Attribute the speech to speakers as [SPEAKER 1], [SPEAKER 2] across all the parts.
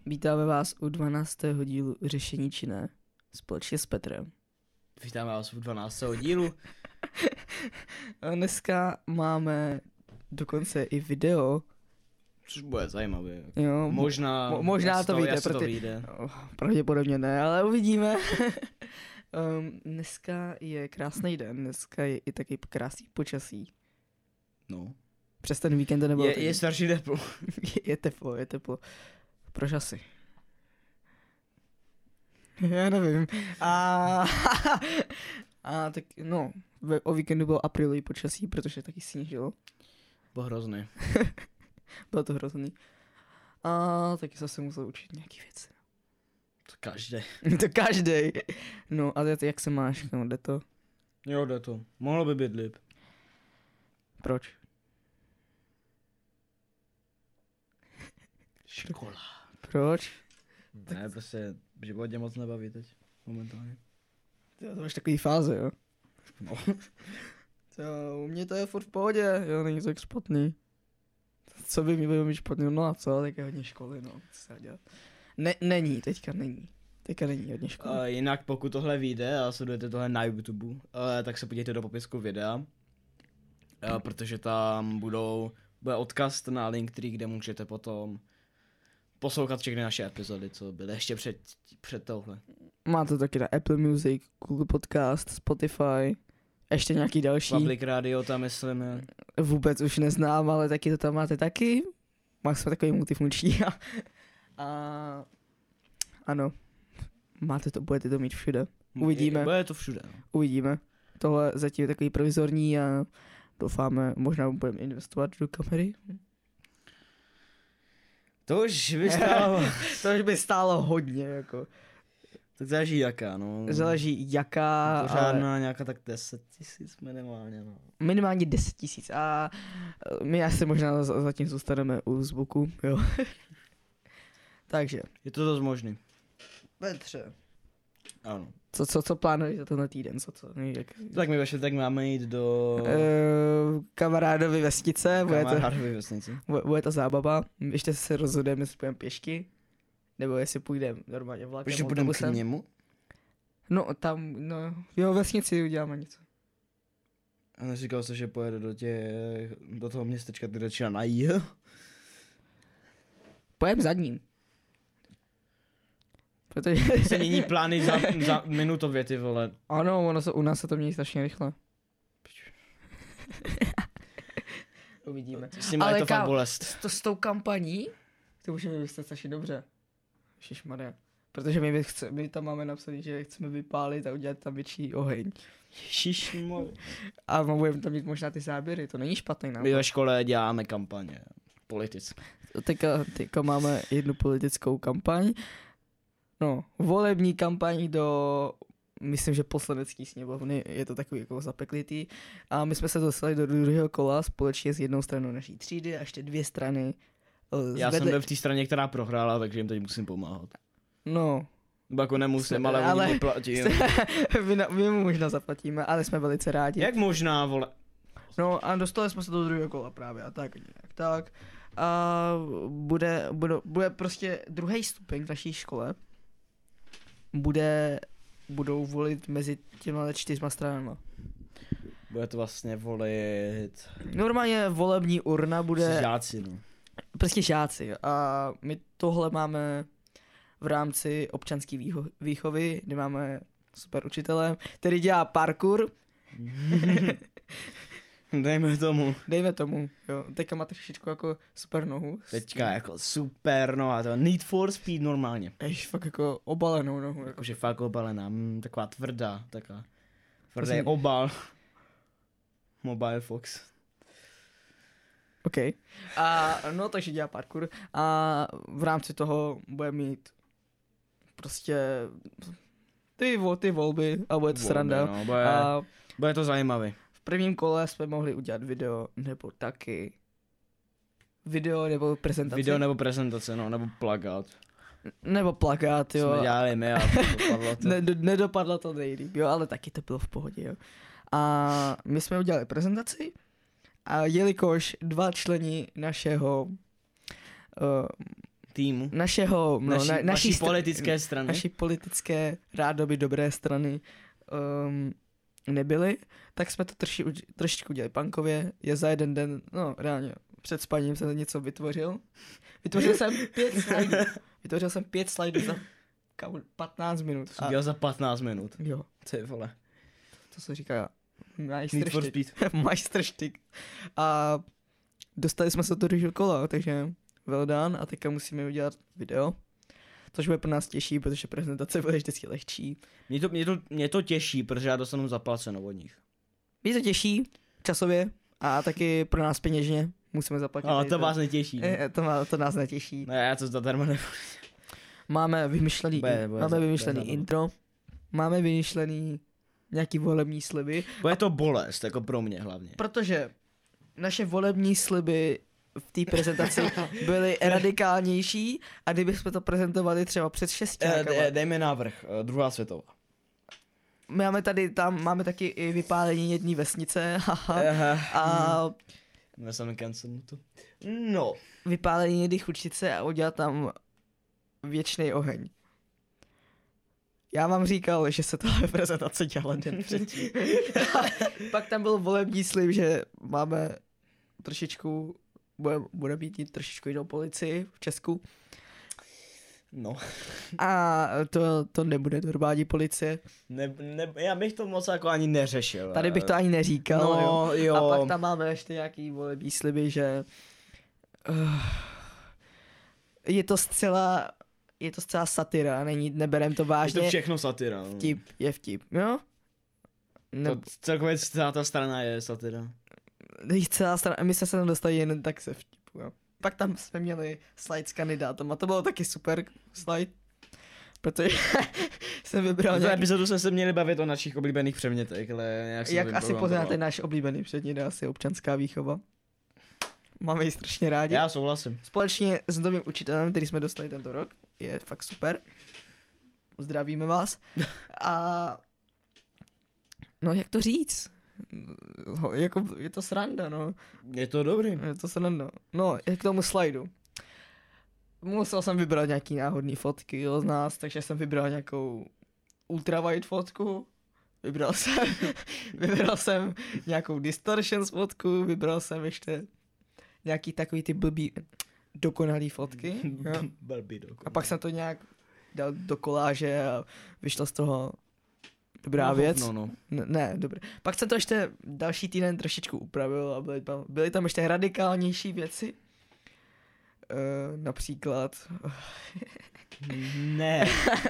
[SPEAKER 1] Vítáme vás u 12. dílu Řešení či ne, společně s Petrem.
[SPEAKER 2] Vítáme vás u 12. dílu.
[SPEAKER 1] A dneska máme dokonce i video.
[SPEAKER 2] Což bude zajímavé.
[SPEAKER 1] Jo, možná to vyjde,
[SPEAKER 2] to vyjde.
[SPEAKER 1] Pravděpodobně ne, ale uvidíme. Dneska je krásný den, dneska je i taky krásný počasí.
[SPEAKER 2] No.
[SPEAKER 1] Přes ten víkend to nebylo.
[SPEAKER 2] Je starší teplo.
[SPEAKER 1] je teplo. Proč asi? Já nevím. A tak no, o víkendu bylo aprílový počasí, protože taky snížilo.
[SPEAKER 2] Bylo hrozný.
[SPEAKER 1] Bylo to hrozný. A taky jsem se musel učit nějaký věci.
[SPEAKER 2] To každý.
[SPEAKER 1] To každý. No a jak se máš? No, jde to?
[SPEAKER 2] Jo, jde to. Mohlo by být líp.
[SPEAKER 1] Proč?
[SPEAKER 2] Škola.
[SPEAKER 1] Proč?
[SPEAKER 2] Ne, prostě v životě moc nebaví teď. Momentálně.
[SPEAKER 1] To máš takový fáze, jo?
[SPEAKER 2] No.
[SPEAKER 1] U mě to je furt v pohodě, jo, není to tak špatný. Co by mi bylo mít špatný? No a co, tak je hodně školy, no, co se dá dělat. Teďka není hodně školy.
[SPEAKER 2] Jinak pokud tohle vyjde a sledujete tohle na YouTube, tak se podívejte do popisku videa. Protože tam bude odkaz na Linktree, kde můžete potom poslouchat všechny naše epizody, co byly ještě před tohle.
[SPEAKER 1] Máte taky na Apple Music, Google Podcast, Spotify, ještě nějaký další.
[SPEAKER 2] Public Radio tam myslím.
[SPEAKER 1] Vůbec už neznám, ale taky to tam máte taky. Jsme takový multifunkční. A ano, budete to mít všude. Uvidíme.
[SPEAKER 2] Bude to všude.
[SPEAKER 1] Uvidíme. Tohle zatím je takový provizorní a doufáme, možná budeme investovat do kamery.
[SPEAKER 2] To už by stálo.
[SPEAKER 1] To už by stálo hodně, jako.
[SPEAKER 2] Tak záleží jaká, no.
[SPEAKER 1] Záleží jaká.
[SPEAKER 2] Pořádná ale nějaká tak 10 000 minimálně, no.
[SPEAKER 1] Minimálně 10 000 a my asi možná zatím zůstaneme u zvuku, jo. Takže.
[SPEAKER 2] Je to dost možný.
[SPEAKER 1] Petře.
[SPEAKER 2] Ano.
[SPEAKER 1] Co plánuješ za tenhle týden?
[SPEAKER 2] Tak my tak máme jít do...
[SPEAKER 1] Kamarádovi vesnice. Bude to zábava. Ještě se rozhodujeme, jestli půjdeme pěšky. Nebo jestli půjdeme normálně vlakem.
[SPEAKER 2] Ještě půjdeme k němu?
[SPEAKER 1] No tam, jo, vesnici uděláme něco.
[SPEAKER 2] A neříkal jsi, že pojede do toho městečka, kde začíná na J?
[SPEAKER 1] Pojedeme za ním. Protože
[SPEAKER 2] se mění plány za minutově, ty vole.
[SPEAKER 1] Ano, u nás se to mění strašně rychle. Uvidíme.
[SPEAKER 2] Ale to fakt bolest.
[SPEAKER 1] S tou kampaní, to můžeme vystat strašně dobře. Ježišmarja. Protože my tam máme napsaný, že chceme vypálit a udělat tam větší oheň.
[SPEAKER 2] Ježišmarja.
[SPEAKER 1] A budeme tam mít možná ty záběry, to není špatný nápad.
[SPEAKER 2] My ve škole děláme kampaně. Politické.
[SPEAKER 1] Teďka máme jednu politickou kampaň. No, volební kampaň do, myslím, že poslanecký sněmovny, je to takový jako zapeklitý. A my jsme se dostali do druhého kola společně s jednou stranou naší třídy a ještě 2 strany.
[SPEAKER 2] Já jsem byl v té straně, která prohrála, takže jim teď musím pomáhat.
[SPEAKER 1] No.
[SPEAKER 2] Jako nemusím, ale oni mi platí.
[SPEAKER 1] My mu možná zaplatíme, ale jsme velice rádi.
[SPEAKER 2] Jak možná, vole?
[SPEAKER 1] No a dostali jsme se do druhého kola právě a tak. A bude prostě druhý stupeň v naší škole. Budou volit mezi těma 4 stranama.
[SPEAKER 2] Bude to vlastně volit...
[SPEAKER 1] Normálně volební urna bude...
[SPEAKER 2] Žáci, no.
[SPEAKER 1] Prostě žáci. A my tohle máme v rámci občanské výchovy, kde máme super učitele, který dělá parkour.
[SPEAKER 2] Dejme tomu,
[SPEAKER 1] jo. Teďka má trošičku jako super nohu.
[SPEAKER 2] Teďka jako super noha, to Need for Speed normálně.
[SPEAKER 1] Ještě fakt jako obalenou nohu.
[SPEAKER 2] Jakože fakt obalená, taková tvrdá, tvrdý obal. Mobile Fox.
[SPEAKER 1] OK. A no, takže dělá parkour a v rámci toho bude mít prostě ty volby a bude to sranda.
[SPEAKER 2] No, bude to zajímavý.
[SPEAKER 1] V prvním kole jsme mohli udělat video nebo prezentace,
[SPEAKER 2] no, nebo plakát.
[SPEAKER 1] Nebo plakát, jo.
[SPEAKER 2] Jsme dělali my a dopadlo to.
[SPEAKER 1] Nedopadlo to nejlíp, jo, ale taky to bylo v pohodě, jo. A my jsme udělali prezentaci a jelikož 2 členi našeho
[SPEAKER 2] týmu.
[SPEAKER 1] Našeho, no,
[SPEAKER 2] naší politické strany.
[SPEAKER 1] Naší politické rádoby dobré strany nebyly, tak jsme to trošičku dělali punkově. Je za jeden den, no reálně, před spaním jsem něco vytvořil. Vytvořil jsem 5 slajdů za 15 minut.
[SPEAKER 2] To dělal za 15 minut.
[SPEAKER 1] Jo.
[SPEAKER 2] Ty vole.
[SPEAKER 1] To se říká
[SPEAKER 2] Need for Speed.
[SPEAKER 1] majstrštyk. A dostali jsme se do druhého kola, takže well done. A teďka musíme udělat video. Což bude pro nás těžší, protože prezentace bude vždycky lehčí.
[SPEAKER 2] Mě to těší, protože já dostanu zaplaceno od nich.
[SPEAKER 1] Mě to těší časově a taky pro nás peněžně musíme zaplatit.
[SPEAKER 2] Ale to vás netěší. Ne?
[SPEAKER 1] To nás netěší.
[SPEAKER 2] Ne, já to zadarmo nebudu.
[SPEAKER 1] Máme vymyšlený intro, máme vymyšlený nějaký volební sliby.
[SPEAKER 2] Bude to bolest, jako pro mě hlavně.
[SPEAKER 1] Protože naše volební sliby v té prezentaci byly radikálnější a kdybychom to prezentovali třeba před 6
[SPEAKER 2] Dejme návrh, druhá světová.
[SPEAKER 1] Máme taky i vypálení jedné vesnice a
[SPEAKER 2] no.
[SPEAKER 1] vypálení jedné chudčice a udělat tam věčný oheň. Já vám říkal, že se tohle prezentace dělala den předtím. Pak tam byl volební slib, že máme trošičku, bude mít trošičku jinou policii v Česku.
[SPEAKER 2] No.
[SPEAKER 1] A to nebude normální policie.
[SPEAKER 2] Já bych to moc jako ani neřešil.
[SPEAKER 1] Tady bych to ani neříkal.
[SPEAKER 2] No, jo.
[SPEAKER 1] A pak tam máme ještě nějaký volební sliby, že je to zcela satira, neberem to vážně.
[SPEAKER 2] Je to všechno satira. No.
[SPEAKER 1] Vtip, jo?
[SPEAKER 2] Celkově celá ta strana je satira.
[SPEAKER 1] Celá strana, my jsme se tam dostali jen tak se vtipu, jo. Pak tam jsme měli slide s kandidátem a to bylo taky super slide, protože jsem vybral
[SPEAKER 2] nějaký... epizodu jsme se měli bavit o našich oblíbených předmětech, ale nějak
[SPEAKER 1] jak asi poznáte, náš oblíbený předmět je asi občanská výchova. Máme ji strašně rádi.
[SPEAKER 2] Já souhlasím.
[SPEAKER 1] Společně s novým učitelem, který jsme dostali tento rok, je fakt super. Zdravíme vás. A no jak to říct? Jako, je to sranda, no.
[SPEAKER 2] Je to dobrý.
[SPEAKER 1] Je to sranda. No, k tomu slajdu. Musel jsem vybrat nějaký náhodný fotky z nás, takže jsem vybral nějakou ultrawide fotku. Vybral jsem nějakou distortion fotku, vybral jsem ještě nějaký takový ty blbý dokonalý fotky.
[SPEAKER 2] Blbý dokonalý.
[SPEAKER 1] A pak jsem to nějak dal do koláže a vyšlo z toho dobrá věc.
[SPEAKER 2] No.
[SPEAKER 1] Ne, dobré. Pak jsem to ještě další týden trošičku upravil a byly tam ještě radikálnější věci. Například...
[SPEAKER 2] Ne.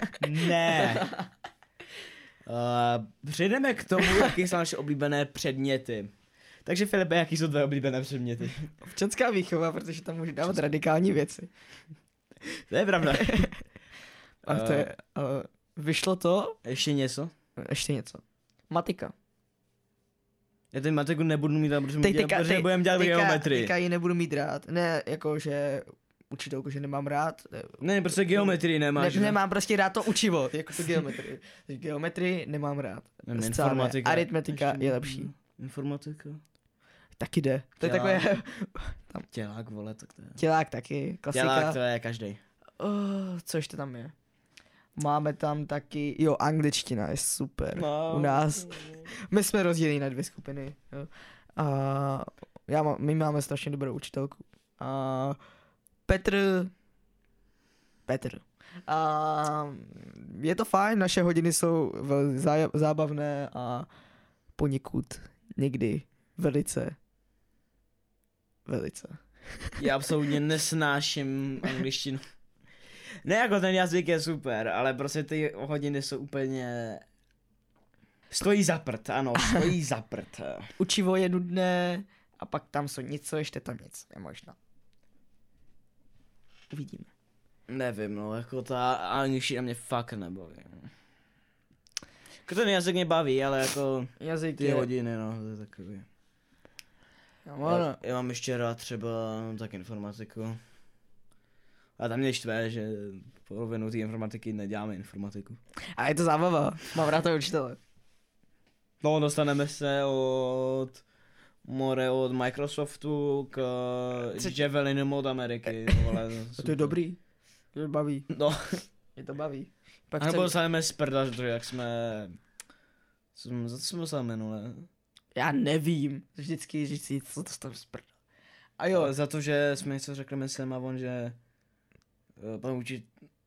[SPEAKER 2] Přejdeme k tomu, jaký jsou naše oblíbené předměty. Takže Filipe, jaký jsou tvoje oblíbené předměty?
[SPEAKER 1] Občanská výchova, protože tam můžu dávat radikální věci.
[SPEAKER 2] To je pravda.
[SPEAKER 1] A to je... vyšlo to...
[SPEAKER 2] Ještě něco?
[SPEAKER 1] Matika.
[SPEAKER 2] Já ten matiku nebudu mít, protože budeme dělat geometrii.
[SPEAKER 1] Teďka ji nebudu mít rád. Ne, jakože učitelku, že nemám rád.
[SPEAKER 2] Ne, prostě geometrii nemáš.
[SPEAKER 1] Nemám prostě rád to učivo, jako to geometrii. Geometrii nemám rád.
[SPEAKER 2] Informatika.
[SPEAKER 1] Aritmetika je lepší.
[SPEAKER 2] Informatika?
[SPEAKER 1] Taky jde. To je takové...
[SPEAKER 2] Tělák, vole, tak to je.
[SPEAKER 1] Tělák taky, klasika.
[SPEAKER 2] Tělák to je každý.
[SPEAKER 1] Co ještě tam je? Máme tam taky, angličtina je super u nás. My jsme rozděleni na 2 skupiny. Jo. A my máme strašně dobrou učitelku. A Petr. A je to fajn, naše hodiny jsou zábavné a poněkud někdy velice.
[SPEAKER 2] Já absolutně nesnáším angličtinu. Ne, jako ten jazyk je super, ale prostě ty hodiny jsou úplně... Stojí za prd.
[SPEAKER 1] Učivo je nudné a pak tam jsou něco, ještě tam nic, je možná. Uvidíme.
[SPEAKER 2] Nevím, no, jako ta angličtina mě fakt nebaví. Jako ten jazyk mě baví, ale jako
[SPEAKER 1] jazyk
[SPEAKER 2] ty hodiny, no, to je takový. Já mám ještě rád třeba tak informatiku. A tam mě štve, že polovinu té informatiky neděláme informatiku.
[SPEAKER 1] A je to zábava, mám rád toho učitele.
[SPEAKER 2] No, dostaneme se od Microsoftu k Javelinu od Ameriky. Vole,
[SPEAKER 1] to je dobrý. Mě baví.
[SPEAKER 2] No.
[SPEAKER 1] Mě to baví. Pak
[SPEAKER 2] A nebo dostaneme z prda, že jak jsme... Za co jsme dostali minule?
[SPEAKER 1] Já nevím. Vždycky říct si, co dostanu z prda. A jo.
[SPEAKER 2] Ale za to, že jsme něco řekli myslím a on, že... Pan učit...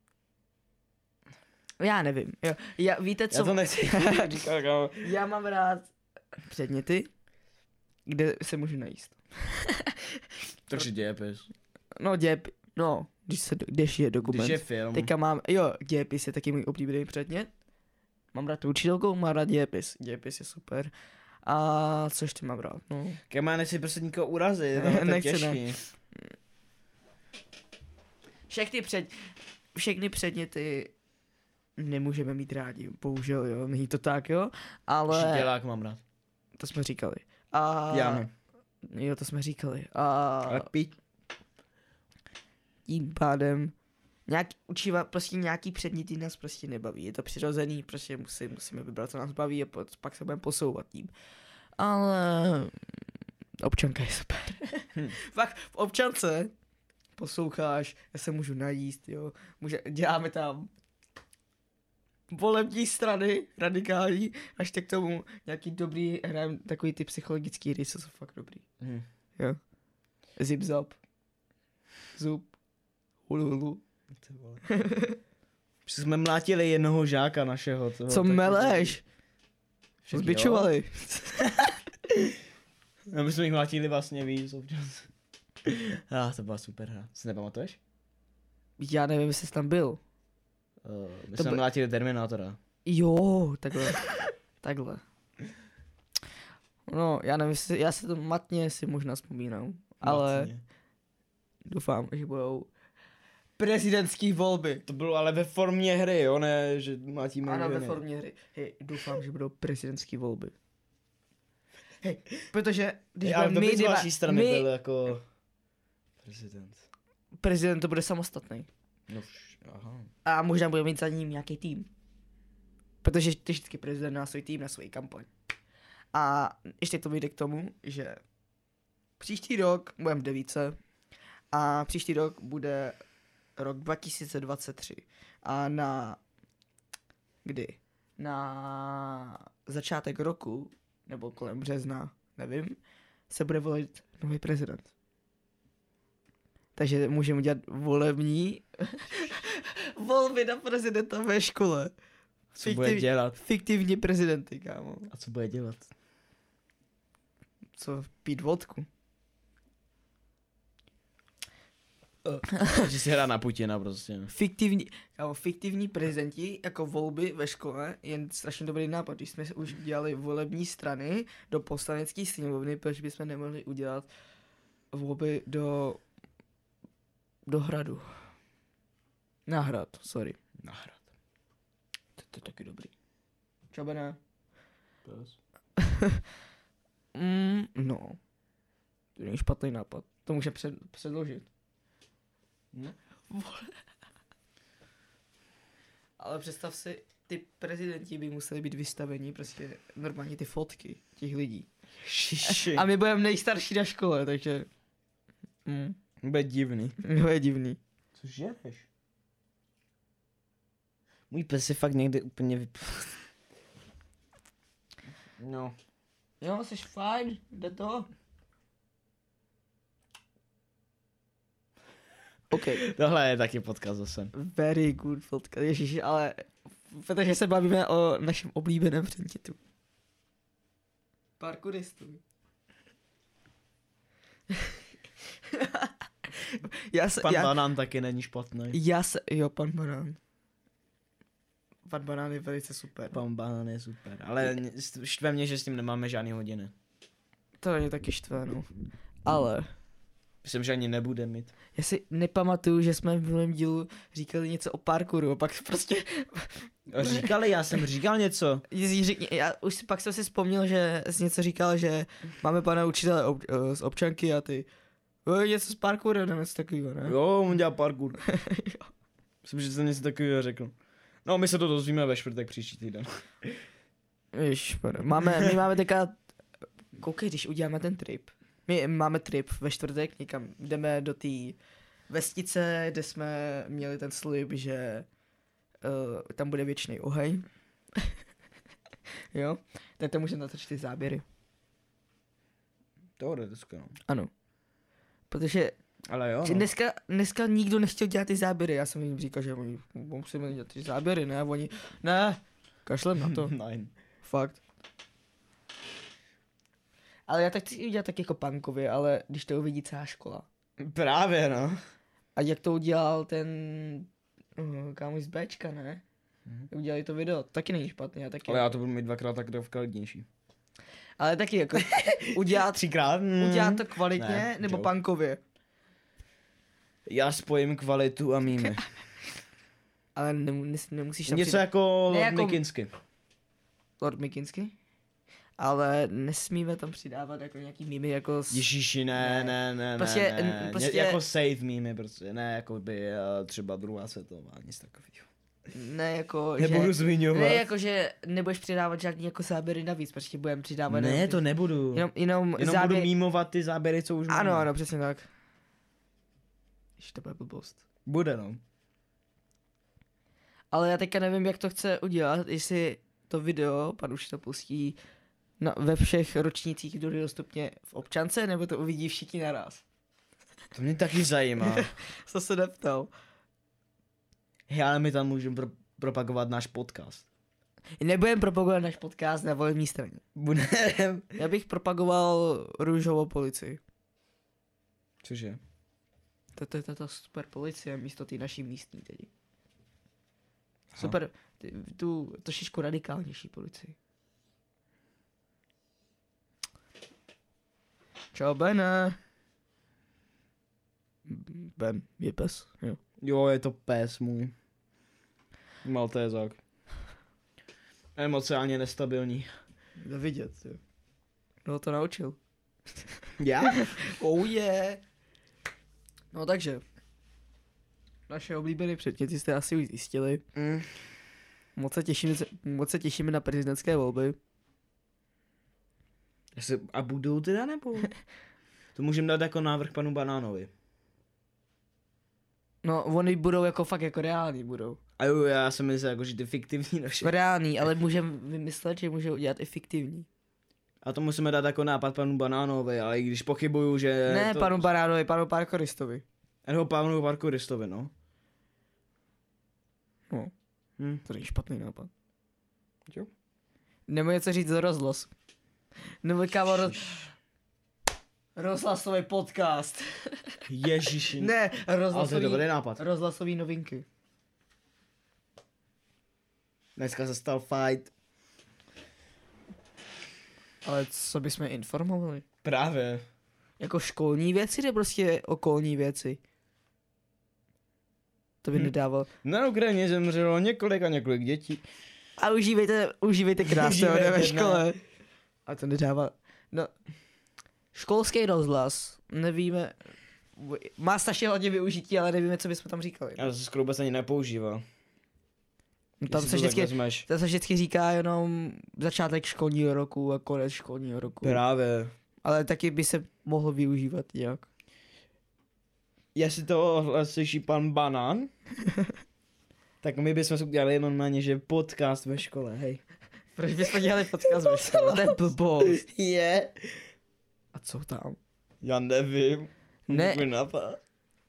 [SPEAKER 1] Já nevím. Jo. Víte co?
[SPEAKER 2] Já to nechci říkat, kámo.
[SPEAKER 1] Já mám rád předměty, kde se můžu najíst.
[SPEAKER 2] Takže dějepis.
[SPEAKER 1] No když je dokument.
[SPEAKER 2] Když je film.
[SPEAKER 1] Teďka mám, dějepis je taky můj oblíbený předmět. Mám rád tu učitelku, mám rád dějepis. Dějepis je super. A co ještě mám rád? No.
[SPEAKER 2] Kámo, nechci prostě nikoho urazit, no, to je
[SPEAKER 1] Nechci,
[SPEAKER 2] těžký.
[SPEAKER 1] ne. Všechny předměty nemůžeme mít rádi, bohužel, jo, není to tak, jo, ale...
[SPEAKER 2] Dělák mám rád.
[SPEAKER 1] To jsme říkali. A...
[SPEAKER 2] Já ne.
[SPEAKER 1] Jo, to jsme říkali. A...
[SPEAKER 2] Ale pít.
[SPEAKER 1] Tím pádem prostě nějaký předměty nás prostě nebaví. Je to přirozený, prostě musíme vybrat, co nás baví a pak se budeme posouvat tím. Ale občanka je super. Fakt v občance posloucháš, já se můžu najíst, jo. Děláme tam volební strany, radikální, až tak k tomu nějaký dobrý, hrajeme takový ty psychologický hry, co jsou fakt dobrý. Jo. Zip zap. Zup. Hulu.
[SPEAKER 2] Jsme mlátili jednoho žáka našeho.
[SPEAKER 1] Co meleš? Zbičovali.
[SPEAKER 2] No, my jsme jich mlátili vlastně víc občas. To byla super hra. Si nepamatuješ?
[SPEAKER 1] Já nevím, jestli jsi tam byl.
[SPEAKER 2] My jsme mlátili Terminátora.
[SPEAKER 1] Jo, takhle. No, já nevím, já se to matně si možná vzpomínám, ale doufám, že budou prezidentský volby.
[SPEAKER 2] To bylo ale ve formě hry, jo, ne, že mlátíme.
[SPEAKER 1] Ano, ve formě hry. Hej, doufám, že budou prezidentský volby. Hej, protože když budeme my
[SPEAKER 2] z vaší strany byl jako prezident.
[SPEAKER 1] Prezident to bude samostatný.
[SPEAKER 2] No, aha.
[SPEAKER 1] A možná bude mít za ním nějaký tým. Protože ty vždycky prezident má svůj tým na svoji kampaň. A ještě to vyjde k tomu, že příští rok budeme v devíce a příští rok bude rok 2023. A na začátek roku, nebo kolem března, nevím, se bude volit nový prezident. Takže můžeme udělat volební volby na prezidenta ve škole.
[SPEAKER 2] Co bude dělat?
[SPEAKER 1] Fiktivní prezidenty, kámo.
[SPEAKER 2] A co bude dělat?
[SPEAKER 1] Co, pít vodku?
[SPEAKER 2] Že si hrá na Putina prostě.
[SPEAKER 1] Fiktivní prezidenti jako volby ve škole je strašně dobrý nápad. Když jsme už dělali volební strany do poslanecké sněmovny, proč bychom nemohli udělat volby do hradu. Na hrad, sorry.
[SPEAKER 2] Na hrad.
[SPEAKER 1] To je taky dobrý. Čabe ne?
[SPEAKER 2] Pes.
[SPEAKER 1] No. To není špatný nápad. To může předložit.
[SPEAKER 2] No.
[SPEAKER 1] Ale představ si, ty prezidenti by museli být vystaveni prostě normálně ty fotky těch lidí.
[SPEAKER 2] Šiši.
[SPEAKER 1] A my budeme nejstarší na škole, takže...
[SPEAKER 2] Bude divný.
[SPEAKER 1] Bude divný.
[SPEAKER 2] Co žereš? Můj pes je fakt někde úplně No.
[SPEAKER 1] Jo, jsi fajn, jde to. OK.
[SPEAKER 2] Tohle je taky podcast zase.
[SPEAKER 1] Very good podcast, ježiši, ale... Protože se bavíme o našem oblíbeném předmětu. Parkouristů.
[SPEAKER 2] Pan Banán taky není špatný.
[SPEAKER 1] Pan Banán. Pan Banán je velice super.
[SPEAKER 2] Pan Banán je super, ale štve mě, že s tím nemáme žádný hodiny.
[SPEAKER 1] To mě taky štve, no. Ale...
[SPEAKER 2] Myslím, že ani nebude mít.
[SPEAKER 1] Já si nepamatuju, že jsme v minulém dílu říkali něco o parkouru, a pak prostě...
[SPEAKER 2] Říkali, já jsem říkal něco.
[SPEAKER 1] Já už pak jsem si vzpomněl, že jsi něco říkal, že máme pana učitele z občanky a ty... něco s parkourem, nebo něco takového, ne?
[SPEAKER 2] Jo, on dělá parkour. Myslím, že jsem něco takového řekl. No, my se to dozvíme ve čtvrtek příští týden.
[SPEAKER 1] My máme teďka... Koukej, když uděláme ten trip. My máme trip ve čtvrtek, někam jdeme do té Vestice, kde jsme měli ten slib, že tam bude věčný oheň. Jo, tak tam můžeme natočit ty záběry.
[SPEAKER 2] Teoreticky, no.
[SPEAKER 1] Ano. Protože
[SPEAKER 2] Ale jo, no.
[SPEAKER 1] dneska nikdo nechtěl dělat ty záběry, já jsem jim říkal, že oni musíme dělat ty záběry, ne, oni, ne, kašlem na to,
[SPEAKER 2] Nein.
[SPEAKER 1] fakt. Ale já tak chci udělat tak jako punkově, ale když to uvidí celá škola.
[SPEAKER 2] Právě, no.
[SPEAKER 1] A jak to udělal ten kámoš z Bčka, ne? Udělali to video, taky není špatný, já taky.
[SPEAKER 2] Ale já to budu mít dvakrát tak kvalitnější.
[SPEAKER 1] Ale taky jako udělat,
[SPEAKER 2] Třikrát?
[SPEAKER 1] udělat to kvalitně,
[SPEAKER 2] Ne,
[SPEAKER 1] nebo
[SPEAKER 2] joke.
[SPEAKER 1] punkově.
[SPEAKER 2] Já spojím kvalitu a míme.
[SPEAKER 1] Ale nemusíš tam
[SPEAKER 2] Něco
[SPEAKER 1] přidat-
[SPEAKER 2] jako
[SPEAKER 1] Ne
[SPEAKER 2] Lord
[SPEAKER 1] jako-
[SPEAKER 2] Mikinsky.
[SPEAKER 1] Lord Mikinsky? Ale nesmíme tam přidávat jako nějaký mimy jako
[SPEAKER 2] Ježíši, ne.
[SPEAKER 1] Prostě-
[SPEAKER 2] ne.
[SPEAKER 1] prostě-
[SPEAKER 2] Jako safe míme, prostě, ne jako by třeba druhá světová, nic takového.
[SPEAKER 1] ne jako,
[SPEAKER 2] Nebudu
[SPEAKER 1] že,
[SPEAKER 2] zmiňovat.
[SPEAKER 1] ne jako, že nebudeš přidávat žádný jako záběry navíc, prostě budeme přidávat
[SPEAKER 2] Ne,
[SPEAKER 1] jenom,
[SPEAKER 2] to nebudu.
[SPEAKER 1] jenom
[SPEAKER 2] Jenom budu mímovat ty záběry, co už
[SPEAKER 1] Ano,
[SPEAKER 2] mám.
[SPEAKER 1] ano, přesně tak. Ještě to bude blbost.
[SPEAKER 2] Bude, no.
[SPEAKER 1] Ale já teďka nevím, jak to chce udělat, jestli to video, pan už to pustí ve všech ročnících druhého stupně v občance, nebo to uvidí všichni naraz.
[SPEAKER 2] To mě taky zajímá.
[SPEAKER 1] Co se neptal.
[SPEAKER 2] Hej, ale my tam můžeme propagovat náš podcast.
[SPEAKER 1] Nebudem propagovat náš podcast na volební straně.
[SPEAKER 2] Budem.
[SPEAKER 1] Já bych propagoval růžovou policii.
[SPEAKER 2] Cože?
[SPEAKER 1] To je ta super policie místo ty naší místní tedy.
[SPEAKER 2] Aha.
[SPEAKER 1] Super, tu trošičku radikálnější policii. Čau, Bene. Ben je pes, jo.
[SPEAKER 2] Jo, je to pes můj. Maltézák. Emocionálně nestabilní.
[SPEAKER 1] Jde vidět, jo. No to naučil.
[SPEAKER 2] Já?
[SPEAKER 1] Oh yeah. No takže. Naše oblíbené předměty jste asi už zjistili. Moc se těšíme na prezidentské volby.
[SPEAKER 2] A budou teda nebo? To můžeme dát jako návrh panu Banánovi.
[SPEAKER 1] No, oni budou jako fakt jako reální budou.
[SPEAKER 2] A jo, já jsem myslel jako, že ty fiktivní naše.
[SPEAKER 1] Reální, ale můžeme vymyslet, že můžou udělat i fiktivní.
[SPEAKER 2] A to musíme dát jako nápad panu Banánovi, ale i když pochybuju, že...
[SPEAKER 1] Ne
[SPEAKER 2] to...
[SPEAKER 1] panu Baránovi, panu Parkoristovi.
[SPEAKER 2] Nebo panu Parkouristovi, no.
[SPEAKER 1] No, to je špatný nápad.
[SPEAKER 2] Jo.
[SPEAKER 1] Nebo něco říct do rozhlasu. Nebo kámo rozhlasový podcast.
[SPEAKER 2] Ježiši.
[SPEAKER 1] Ne,
[SPEAKER 2] Ale to je dobrý nápad.
[SPEAKER 1] rozhlasový novinky.
[SPEAKER 2] Dneska se stal fight.
[SPEAKER 1] Ale co bychom informovali?
[SPEAKER 2] Právě.
[SPEAKER 1] Jako školní věci, nebo prostě okolní věci? To by nedával.
[SPEAKER 2] Na Ukrajině zemřelo několik dětí.
[SPEAKER 1] A užívejte krásně
[SPEAKER 2] Užívejte,
[SPEAKER 1] ve
[SPEAKER 2] ne.
[SPEAKER 1] škole. A to nedává. No, školský rozhlas, nevíme, má strašně hodně využití, ale nevíme, co bychom tam říkali.
[SPEAKER 2] Já se skoro vůbec ani nepoužívá.
[SPEAKER 1] No, tam se vždycky říká jenom začátek školního roku a konec školního roku.
[SPEAKER 2] Právě.
[SPEAKER 1] Ale taky by se mohl využívat nějak.
[SPEAKER 2] Jestli to slyší pan Banán, tak my bychom si udělali normálně, že podcast ve škole, hej.
[SPEAKER 1] Proč bychom dělali podcast ve škole? To je blbost.
[SPEAKER 2] Je.
[SPEAKER 1] A co tam?
[SPEAKER 2] Já nevím.
[SPEAKER 1] Ne.
[SPEAKER 2] Můj nápad.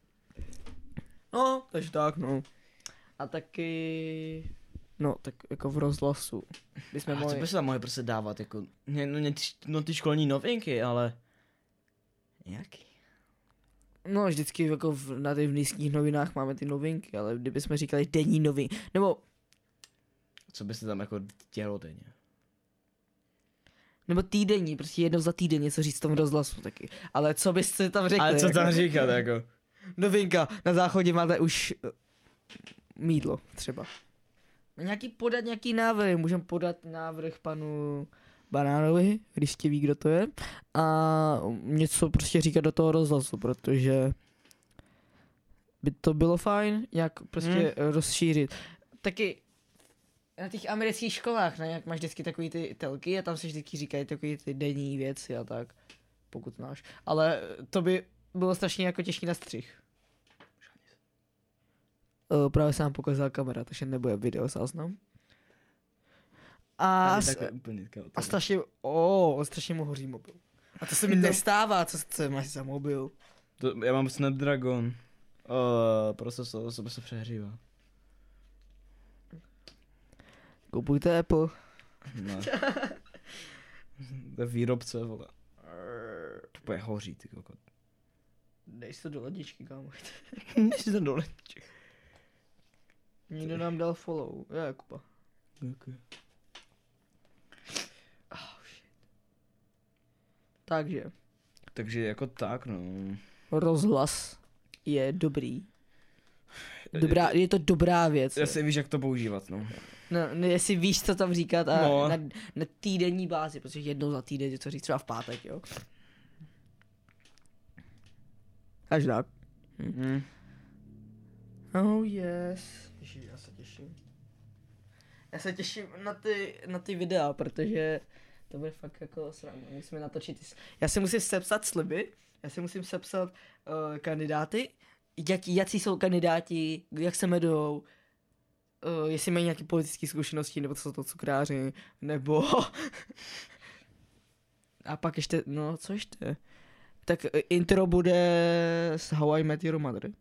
[SPEAKER 1] No, takže tak, no. A taky... No, tak jako v rozhlasu. Bychom
[SPEAKER 2] A co
[SPEAKER 1] mohli...
[SPEAKER 2] by se tam mohli prostě dávat, jako, ty školní novinky, ale... Jaký?
[SPEAKER 1] No, vždycky jako na těch nízkých novinách máme ty novinky, ale kdybychom říkali denní novinky, nebo
[SPEAKER 2] Co by se tam jako dělo denně?
[SPEAKER 1] nebo týdenní, prostě jednou za týden něco říct v tom rozhlasu taky. Ale co byste tam řekli?
[SPEAKER 2] Ale co tam
[SPEAKER 1] jako?
[SPEAKER 2] říkat, jako?
[SPEAKER 1] Novinka, na záchodě máte už mýdlo třeba. Podat nějaký návrh, můžeme podat návrh panu Banánovi, když tě ví, kdo to je, a něco prostě říkat do toho rozhlasu, protože by to bylo fajn, jak prostě rozšířit. Taky na těch amerických školách, ne, jak máš vždycky takový ty telky a tam se vždycky říkají takový ty denní věci a tak, pokud znáš. Ale to by bylo strašně jako těžký na střih. Právě se nám pokazala kamera, takže nebude video záznam. A strašně mu hoří mobil. A to se mi nestává, co máš za mobil?
[SPEAKER 2] Já mám Snapdragon. Procesor se přehřívá.
[SPEAKER 1] Kupujte Apple.
[SPEAKER 2] Ne. To je výrobce, vole. To bude hoří, ty kokot.
[SPEAKER 1] Dej si to do ledničky, kámo.
[SPEAKER 2] Dej si to do ledničky.
[SPEAKER 1] Někdo nám dal follow. Já, Kuba.
[SPEAKER 2] Okay.
[SPEAKER 1] Oh, shit. Takže
[SPEAKER 2] jako tak, no.
[SPEAKER 1] Rozhlas je dobrý. Je to dobrá věc.
[SPEAKER 2] Já si víš, jak to používat, no.
[SPEAKER 1] No, jestli víš, co tam říkat a na týdenní bázi, protože jednou za týden, co říct třeba v pátek, jo. Až tak. Oh yes. Ježiš, já se těším. Já se těším na ty videa, protože to bude fakt jako sranda. Musíme natočit. Já si musím sepsat sliby, já si musím sepsat kandidáty, jaký jsou kandidáti, jak se jmenujou, jestli mají nějaké politické zkušenosti, nebo to jsou to cukráři, nebo... A pak ještě, no co ještě? Tak intro bude z How I Met Your Mother.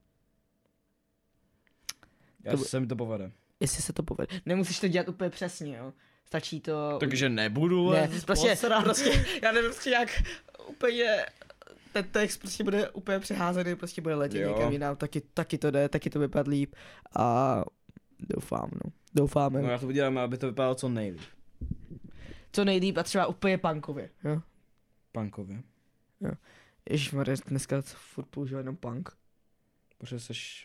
[SPEAKER 2] Se mi to povede.
[SPEAKER 1] Jestli se to povede. Nemusíš to dělat úplně přesně, jo. Stačí to...
[SPEAKER 2] Takže nebudu,
[SPEAKER 1] ne, prostě, já nevím, prostě jak úplně... Ten text prostě bude úplně přeházený, prostě bude letět někam jinam, taky to jde, taky to vypadá líp a doufáme.
[SPEAKER 2] No já to uděláme, aby to vypadalo co nejlíp.
[SPEAKER 1] Co nejlíp a třeba úplně punkově, jo?
[SPEAKER 2] Punkově?
[SPEAKER 1] Jo. Ježišmarja, dneska furt používá jenom punk.
[SPEAKER 2] Protože seš...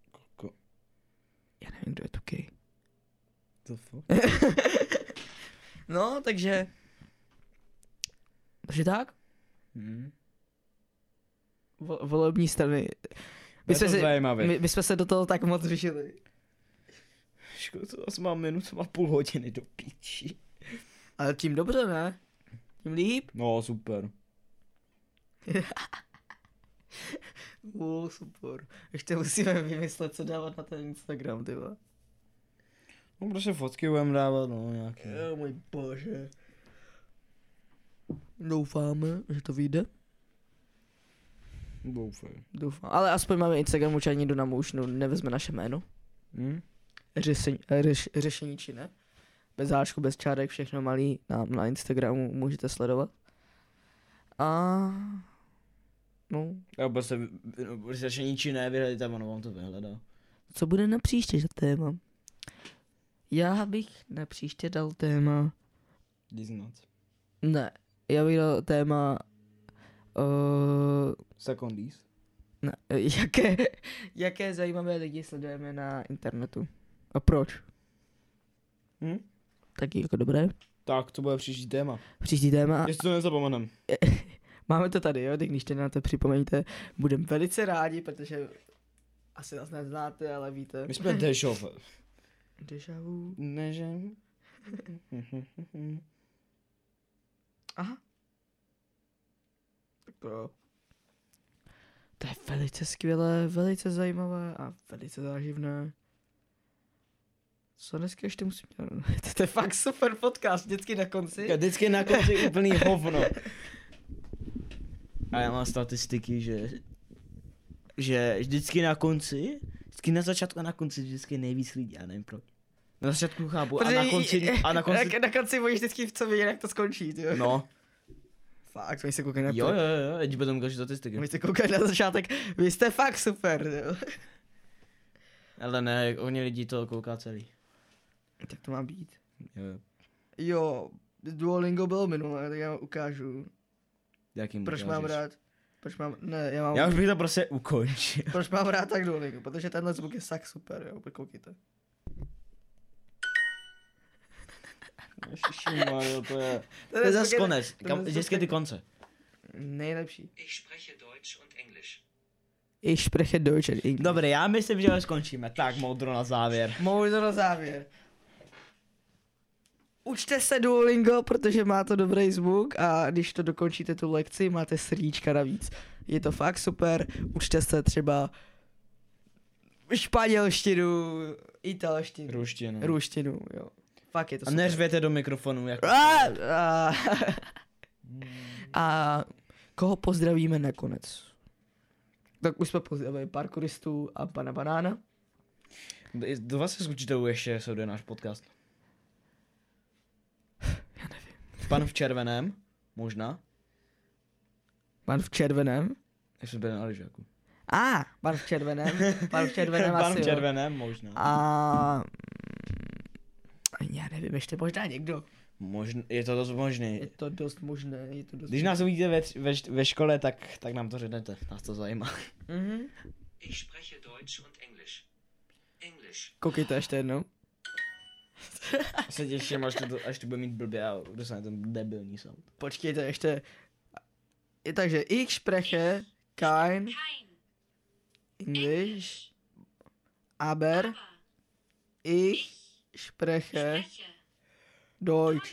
[SPEAKER 1] Já nevím, kdo je tu gay.
[SPEAKER 2] To fuck?
[SPEAKER 1] No, takže tak? Volební strany. My jsme se do toho tak moc vyšili.
[SPEAKER 2] Škoda, to asi mám minutu a půl hodiny do píči.
[SPEAKER 1] Ale tím dobře, ne? Tím líp?
[SPEAKER 2] No, super.
[SPEAKER 1] Super. Ještě musíme vymyslet, co dávat na ten Instagram, ty vole.
[SPEAKER 2] No, prostě fotky budeme dávat, no, nějaké.
[SPEAKER 1] Jo, můj bože. Doufáme, že to vyjde. Doufám. Ale aspoň máme Instagram, určitě nikdo nám už nevezme naše jméno. Řešení či ne. Bez háčku, bez čárek, všechno malý na Instagramu můžete sledovat. A... No.
[SPEAKER 2] Já bez řešení či ne, vyhledejte, ono vám to vyhledá.
[SPEAKER 1] Co bude na příště za téma? Já bych na příště dal téma...
[SPEAKER 2] Disney.
[SPEAKER 1] Ne, já bych dal téma...
[SPEAKER 2] Secondis.
[SPEAKER 1] Ne, jaké zajímavé lidi sledujeme na internetu? A proč? Taky jako dobré.
[SPEAKER 2] Tak, to bude příští téma.
[SPEAKER 1] Příští téma.
[SPEAKER 2] Jestli to nezapomenem.
[SPEAKER 1] Máme to tady, jo, tak když na to připomeňte, budeme velice rádi, protože asi nás neznáte, ale víte.
[SPEAKER 2] My jsme Deja
[SPEAKER 1] vu. Aha. Tak to je velice skvělé, velice zajímavé a velice záživné. Co dneska ještě musím dělat? To je fakt super podcast, vždycky na konci.
[SPEAKER 2] Vždycky na konci úplný hovno. A já mám statistiky, že vždycky na konci, vždycky na začátku a na konci vždycky nejvíc lidí, já nevím proč. Na začátku chápu a na konci...
[SPEAKER 1] Na konci bojíš vždycky, co vidět, jak to skončí, tyjo.
[SPEAKER 2] No.
[SPEAKER 1] Fakt, oni se koukají na to.
[SPEAKER 2] Jo, teď budeme ukázat statistiky.
[SPEAKER 1] Oni se koukají na začátek, vy jste fakt super, jo.
[SPEAKER 2] Ale ne, hodně lidí to kouká celý.
[SPEAKER 1] Tak to má být.
[SPEAKER 2] Jo.
[SPEAKER 1] Duolingo bylo minulé, tak já vám ukážu.
[SPEAKER 2] Jakým
[SPEAKER 1] proč
[SPEAKER 2] ukážeš?
[SPEAKER 1] Mám rád?
[SPEAKER 2] Já už bych to prostě ukončil.
[SPEAKER 1] Proč mám rád tak Duolingo? Protože tenhle zvuk je tak super, jo, koukejte.
[SPEAKER 2] Ježišmarjo, to je zase konec. Vždycky ty konce.
[SPEAKER 1] Nejlepší.
[SPEAKER 3] Ich spreche Deutsch und Englisch.
[SPEAKER 1] Ich spreche Deutsch und Englisch.
[SPEAKER 2] Dobrý, já myslím, že ho skončíme. Tak, moudro na závěr.
[SPEAKER 1] Učte se Duolingo, protože má to dobrý zvuk a když to dokončíte tu lekci, máte srdíčka navíc. Je to fakt super, učte se třeba španělštinu, italštinu, ruštinu, jo. Fakt je to
[SPEAKER 2] A
[SPEAKER 1] super.
[SPEAKER 2] neřvěte do mikrofonu, jako...
[SPEAKER 1] A koho pozdravíme nakonec? Tak už jsme pozdravili parkouristů a pana Banána.
[SPEAKER 2] Do vás z učitelů ještě sleduje náš podcast.
[SPEAKER 1] Já nevím.
[SPEAKER 2] Pan v červeném, možná.
[SPEAKER 1] Pan v červeném?
[SPEAKER 2] Jak jsme byli na lyžáku.
[SPEAKER 1] Pan v červeném. Pan v červeném
[SPEAKER 2] Pan
[SPEAKER 1] asi,
[SPEAKER 2] v červeném, možná.
[SPEAKER 1] A já nevím, ještě možná někdo.
[SPEAKER 2] Je to dost možný.
[SPEAKER 1] Je to dost možné,
[SPEAKER 2] Když nás uvidíte ve škole, tak nám to řeknete, nás to zajímá.
[SPEAKER 1] Mhm.
[SPEAKER 3] Ich spreche Deutsch und English. English.
[SPEAKER 1] Koukejte ještě jednou.
[SPEAKER 2] Se těším, až to bude mít blbě a dostane ten debilní sound.
[SPEAKER 1] Počkejte ještě. Takže ich spreche kein English, aber ich spreche Deutsch.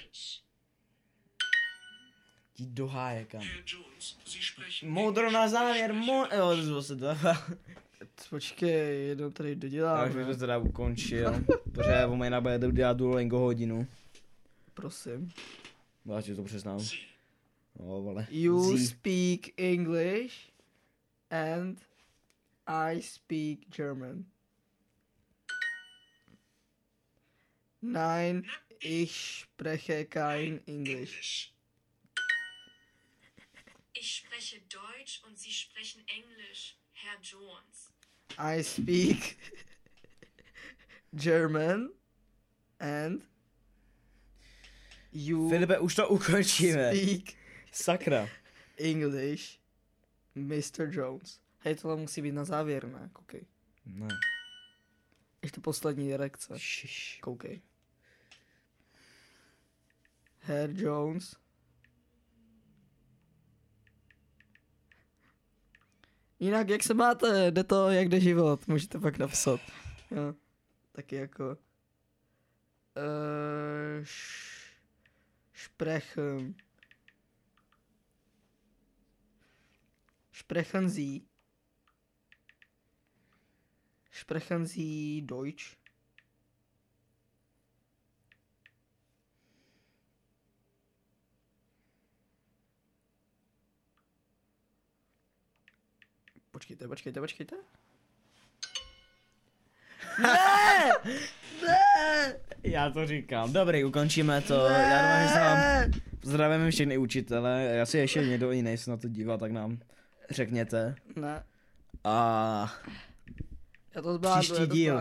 [SPEAKER 2] Jdi do háje, kam.
[SPEAKER 3] Herr Jones, Sie sprechen
[SPEAKER 2] Moudro na závěr, jo, to se to.
[SPEAKER 1] Počkej, jednou tady
[SPEAKER 2] Já už bych
[SPEAKER 1] doděláme.
[SPEAKER 2] to teda ukončil, protože o mě bude dělat Duolingo hodinu.
[SPEAKER 1] Prosím.
[SPEAKER 2] Já ti to přiznám. No, vole.
[SPEAKER 1] You
[SPEAKER 2] Zí.
[SPEAKER 1] speak English and I speak German. Nein, ich spreche kein English.
[SPEAKER 4] Ich spreche Deutsch und Sie sprechen Englisch, Herr Jones.
[SPEAKER 1] I speak German and you
[SPEAKER 2] Filipe, už to ukončíme.
[SPEAKER 1] speak
[SPEAKER 2] Sakra.
[SPEAKER 1] English, Mr. Jones. Hej, tohle musí být na závěr, ne? Koukej.
[SPEAKER 2] Ne.
[SPEAKER 1] Ještě poslední direkce.
[SPEAKER 2] Šiš.
[SPEAKER 1] Koukej. Herr Jones. Jinak, jak se máte? Jde to, jak jde život? Můžete pak napsat. Jo. Taky jako... Sprechen. Sprechen Sie. Sprechen Sie Deutsch? Počkejte. Ne!
[SPEAKER 2] Já to říkám. Dobrý, ukončíme to. Já doufám, že se vám zdravíme všechny učitele. Já si ještě někdo jiný se na to dívá, tak nám řekněte.
[SPEAKER 1] Ne.
[SPEAKER 2] A
[SPEAKER 1] Já to zvládnu,
[SPEAKER 2] Příští díl.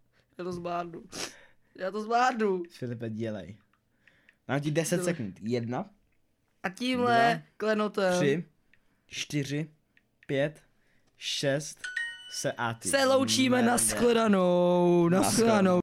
[SPEAKER 1] Já to zvládnu.
[SPEAKER 2] Filipe, dělej. Mám ti 10 sekund. 1,
[SPEAKER 1] A tímhle
[SPEAKER 2] Dva,
[SPEAKER 1] klenotem
[SPEAKER 2] 3, 4, 5, 6, se a ty.
[SPEAKER 1] se loučíme na shledanou.